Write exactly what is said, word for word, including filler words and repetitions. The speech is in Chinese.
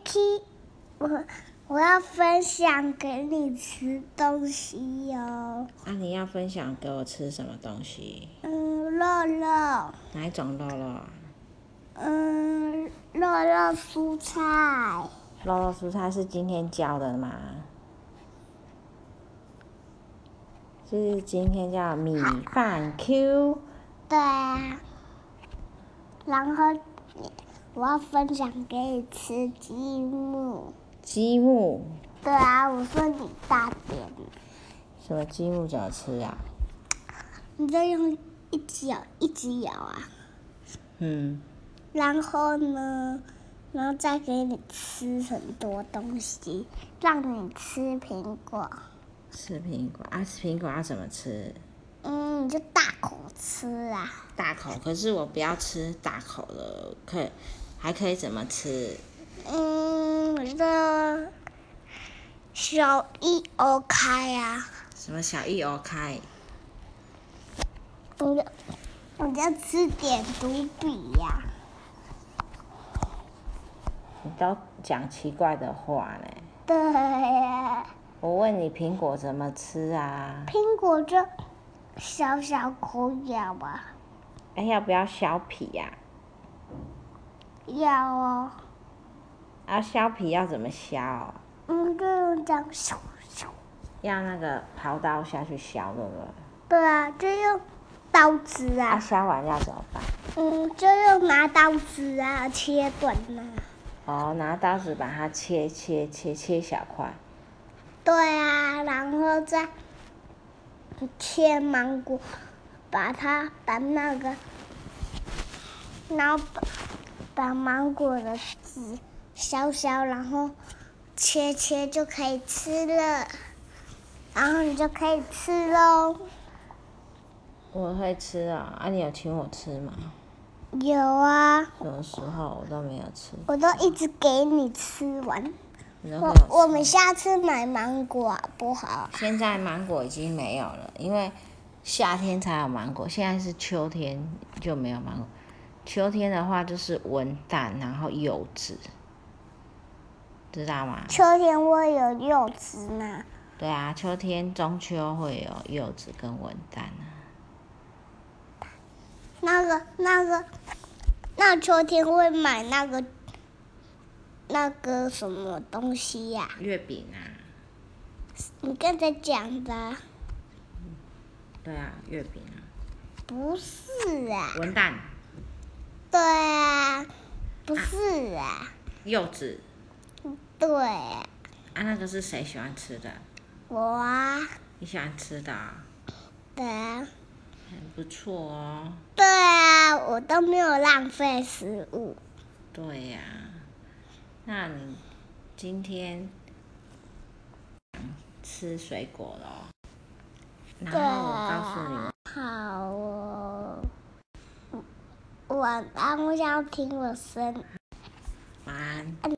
Lucky，我我要分享给你吃东西哟、哦。 啊，你要分享给我吃什么东西？ 嗯，肉肉。 哪一种肉肉啊？ 嗯，肉肉蔬菜。 肉肉蔬菜是今天教的吗？是今天叫米饭 Q。 对啊。然后我要分享给你吃积木。 积木。 对啊，我说你大点。 什么积木怎么吃啊？ 你就用一直咬，一直咬啊。 嗯。 然后呢，然后再给你吃很多东西，让你吃苹果。 吃苹果啊？吃苹果要怎么吃？ 嗯，你就大口吃啊。 大口，可是我不要吃大口的，可以，还可以怎么吃？ 嗯，我觉得小一欧开啊。 什么小一欧开？ 我就我就吃点读笔呀、啊。 你都讲奇怪的话呢。 对呀。 我问你苹果怎么吃啊？ 苹果就小小口咬吧。 哎，要不要削皮呀、 啊？要哦。 啊，削皮要怎么削？ 嗯，就用这样削削。 要那个刨刀下去削，对不对？ 对啊，就用刀子啊。 啊，削完要怎么办？ 嗯，就用拿刀子啊，切断啊。 哦，拿刀子把它切切切切小块。 对啊，然后再切芒果，把它把那个，然后把把芒果的籽削削，然后切切就可以吃了，然后你就可以吃喽。 我会吃啊，啊，你有请我吃吗？ 有啊。 什么时候我都没有吃。 我都一直给你吃完。 我我们下次买芒果好不好？ 现在芒果已经没有了，因为夏天才有芒果，现在是秋天就没有芒果。秋天的话就是文旦，然后柚子，知道吗？ 秋天会有柚子吗？ 对啊，秋天中秋会有柚子跟文旦啊。 那个那个，那秋天会买那个那个什么东西呀、啊？ 月饼啊。 你刚才讲的、啊。 对啊，月饼啊。 不是啊。 文旦。 对啊，不是啊。啊柚子。 对啊。 啊，那个是谁喜欢吃的？ 我啊。 你喜欢吃的、哦？ 对啊。 很不错哦。 对啊，我都没有浪费食物。 对呀、啊，那你今天吃水果咯？然后我告诉你。 好哦。晚安，我想听我声